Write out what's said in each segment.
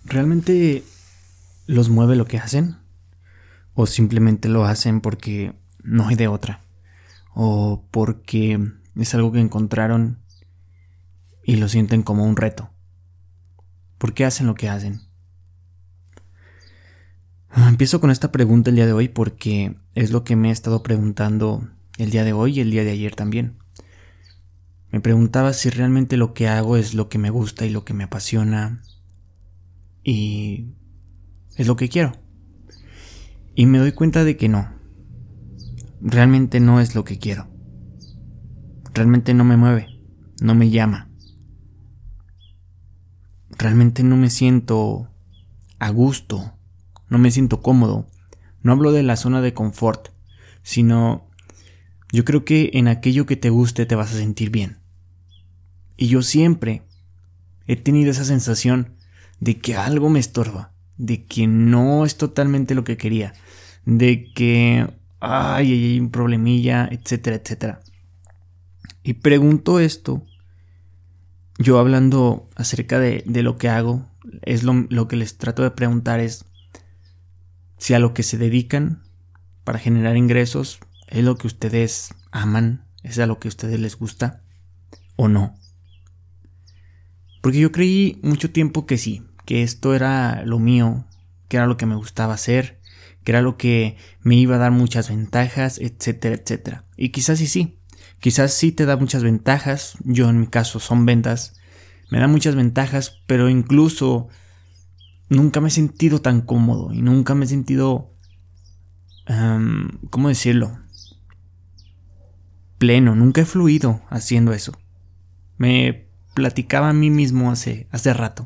¿Realmente los mueve lo que hacen? ¿O simplemente lo hacen porque no hay de otra? ¿O porque es algo que encontraron y lo sienten como un reto? ¿Por qué hacen lo que hacen? Empiezo con esta pregunta el día de hoy porque es lo que me he estado preguntando el día de hoy y el día de ayer también. Me preguntaba si realmente lo que hago es lo que me gusta y lo que me apasiona y es lo que quiero. Y me doy cuenta de que no. Realmente no es lo que quiero. Realmente no me mueve, no me llama. Realmente no me siento a gusto, no me siento cómodo. No hablo de la zona de confort, sino yo creo que en aquello que te guste te vas a sentir bien. Y yo siempre he tenido esa sensación de que algo me estorba, de que no es totalmente lo que quería, de que hay un problemilla, etcétera, etcétera. Y pregunto esto, yo hablando acerca de lo que hago, es lo que les trato de preguntar es si a lo que se dedican para generar ingresos es lo que ustedes aman, es a lo que a ustedes les gusta o no. Porque yo creí mucho tiempo que sí, que esto era lo mío, que era lo que me gustaba hacer, que era lo que me iba a dar muchas ventajas, etcétera, etcétera. Y quizás sí te da muchas ventajas. Yo en mi caso son ventas, me da muchas ventajas, pero incluso nunca me he sentido tan cómodo y nunca me he sentido, ¿cómo decirlo? Pleno, nunca he fluido haciendo eso. Me platicaba a mí mismo hace rato.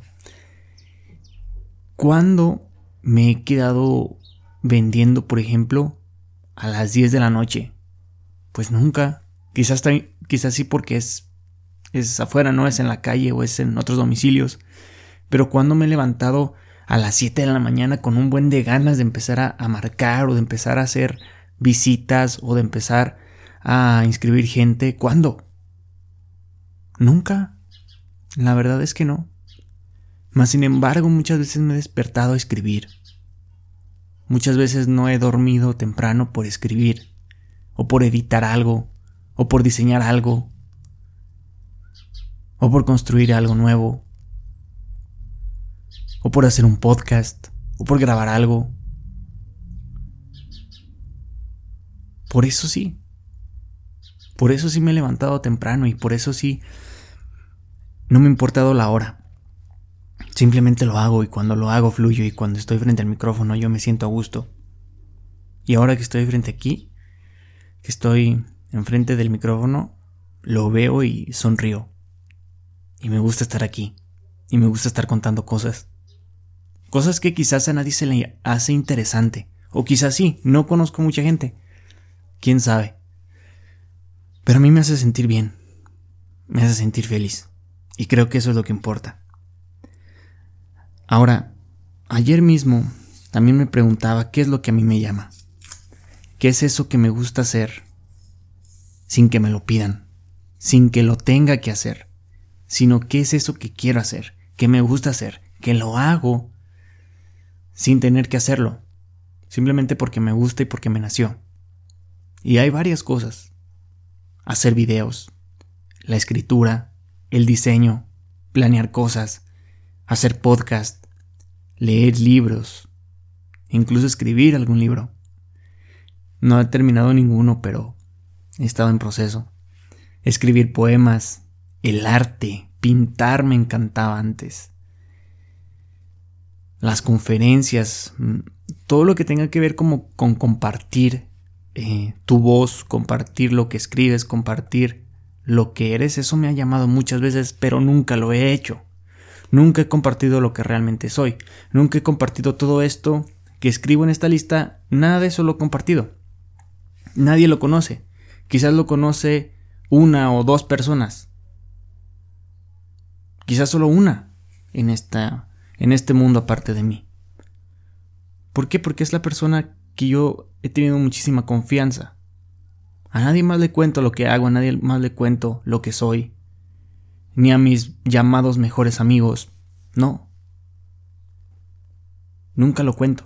¿Cuándo me he quedado vendiendo, por ejemplo, a las 10 de la noche? Pues nunca. Quizás sí porque es afuera, no es en la calle o es en otros domicilios. Pero cuando me he levantado a las 7 de la mañana con un buen de ganas de empezar a marcar o de empezar a hacer visitas o de empezar a inscribir gente, ¿cuándo? Nunca. La verdad es que no. Mas sin embargo, muchas veces me he despertado a escribir. Muchas veces no he dormido temprano por escribir, o por editar algo, o por diseñar algo, o por construir algo nuevo, o por hacer un podcast, o por grabar algo. Por eso sí me he levantado temprano y por eso sí no me ha importado la hora. Simplemente lo hago y cuando lo hago fluyo y cuando estoy frente al micrófono yo me siento a gusto. Y ahora que estoy frente aquí, que estoy enfrente del micrófono, lo veo y sonrío. Y me gusta estar aquí. Y me gusta estar contando cosas. Cosas que quizás a nadie se le hace interesante. O quizás sí, no conozco mucha gente. ¿Quién sabe? Pero a mí me hace sentir bien. Me hace sentir feliz. Y creo que eso es lo que importa. Ahora, ayer mismo también me preguntaba qué es lo que a mí me llama. ¿Qué es eso que me gusta hacer sin que me lo pidan? Sin que lo tenga que hacer. Sino qué es eso que quiero hacer, que me gusta hacer, que lo hago sin tener que hacerlo. Simplemente porque me gusta y porque me nació. Y hay varias cosas. Hacer videos, la escritura, el diseño, planear cosas, hacer podcast, leer libros, incluso escribir algún libro. No he terminado ninguno, pero he estado en proceso. Escribir poemas, el arte, pintar me encantaba antes. Las conferencias, todo lo que tenga que ver como con compartir tu voz, compartir lo que escribes, compartir lo que eres, eso me ha llamado muchas veces, pero nunca lo he hecho. Nunca he compartido lo que realmente soy. Nunca he compartido todo esto que escribo en esta lista. Nada de eso lo he compartido. Nadie lo conoce. Quizás lo conoce una o dos personas. Quizás solo una en este mundo aparte de mí. ¿Por qué? Porque es la persona que yo he tenido muchísima confianza. A nadie más le cuento lo que hago, a nadie más le cuento lo que soy. Ni a mis llamados mejores amigos. No. nunca lo cuento.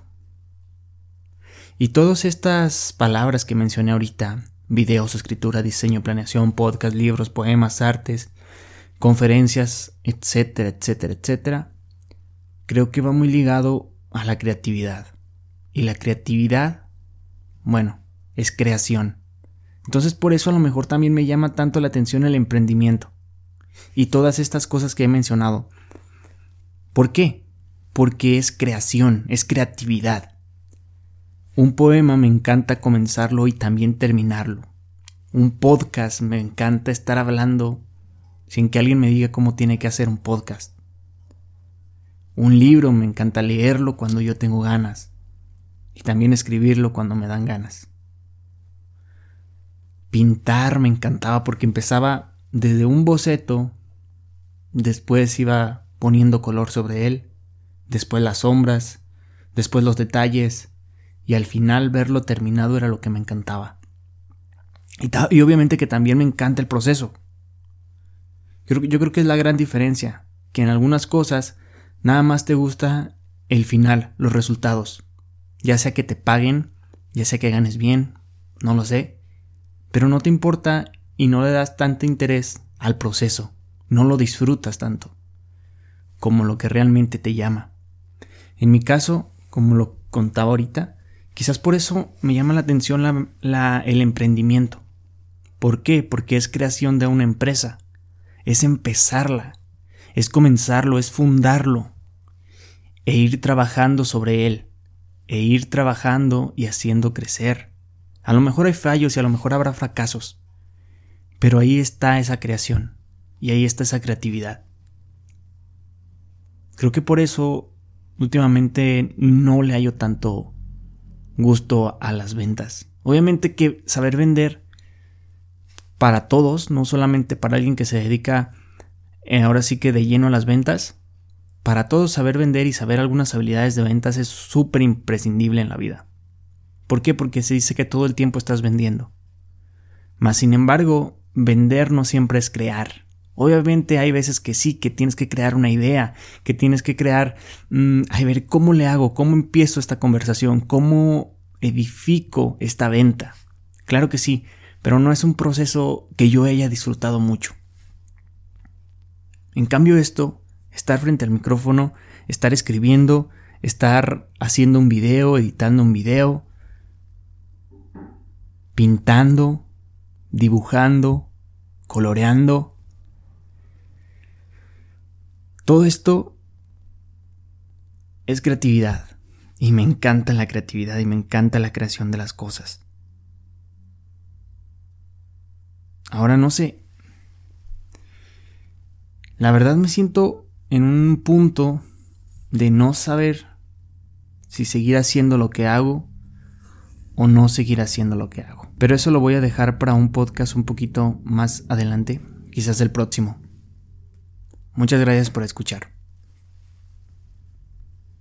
Y todas estas palabras que mencioné ahorita, videos, escritura, diseño, planeación, podcast, libros, poemas, artes, conferencias, etcétera, etcétera, etcétera, creo que va muy ligado a la creatividad. Y la creatividad, bueno, es creación. Entonces por eso a lo mejor también me llama tanto la atención el emprendimiento y todas estas cosas que he mencionado. ¿Por qué? Porque es creación, es creatividad. Un poema me encanta comenzarlo y también terminarlo. Un podcast me encanta estar hablando sin que alguien me diga cómo tiene que hacer un podcast. Un libro me encanta leerlo cuando yo tengo ganas y también escribirlo cuando me dan ganas. Pintar me encantaba porque empezaba desde un boceto, después iba poniendo color sobre él, después las sombras, después los detalles y al final verlo terminado era lo que me encantaba. Y obviamente que también me encanta el proceso. Yo creo que es la gran diferencia, que en algunas cosas nada más te gusta el final, los resultados, ya sea que te paguen, ya sea que ganes bien, no lo sé, pero no te importa y no le das tanto interés al proceso, no lo disfrutas tanto como lo que realmente te llama. En mi caso, como lo contaba ahorita, quizás por eso me llama la atención el emprendimiento. ¿Por qué? Porque es creación de una empresa, es empezarla, es comenzarlo, es fundarlo e ir trabajando sobre él, e ir trabajando y haciendo crecer. A lo mejor hay fallos y a lo mejor habrá fracasos, pero ahí está esa creación y ahí está esa creatividad. Creo que por eso últimamente no le hallo tanto gusto a las ventas. Obviamente que saber vender para todos, no solamente para alguien que se dedica ahora sí que de lleno a las ventas, para todos saber vender y saber algunas habilidades de ventas es súper imprescindible en la vida. ¿Por qué? Porque se dice que todo el tiempo estás vendiendo. Mas sin embargo, vender no siempre es crear. Obviamente hay veces que sí, que tienes que crear una idea, que tienes que crear, a ver, ¿cómo le hago? ¿Cómo empiezo esta conversación? ¿Cómo edifico esta venta? Claro que sí, pero no es un proceso que yo haya disfrutado mucho. En cambio estar frente al micrófono, estar escribiendo, estar haciendo un video, editando un video, pintando, dibujando, coloreando. Todo esto es creatividad y me encanta la creatividad y me encanta la creación de las cosas. Ahora no sé, la verdad me siento en un punto de no saber si seguir haciendo lo que hago o no seguir haciendo lo que hago. Pero eso lo voy a dejar para un podcast un poquito más adelante, quizás el próximo. Muchas gracias por escuchar.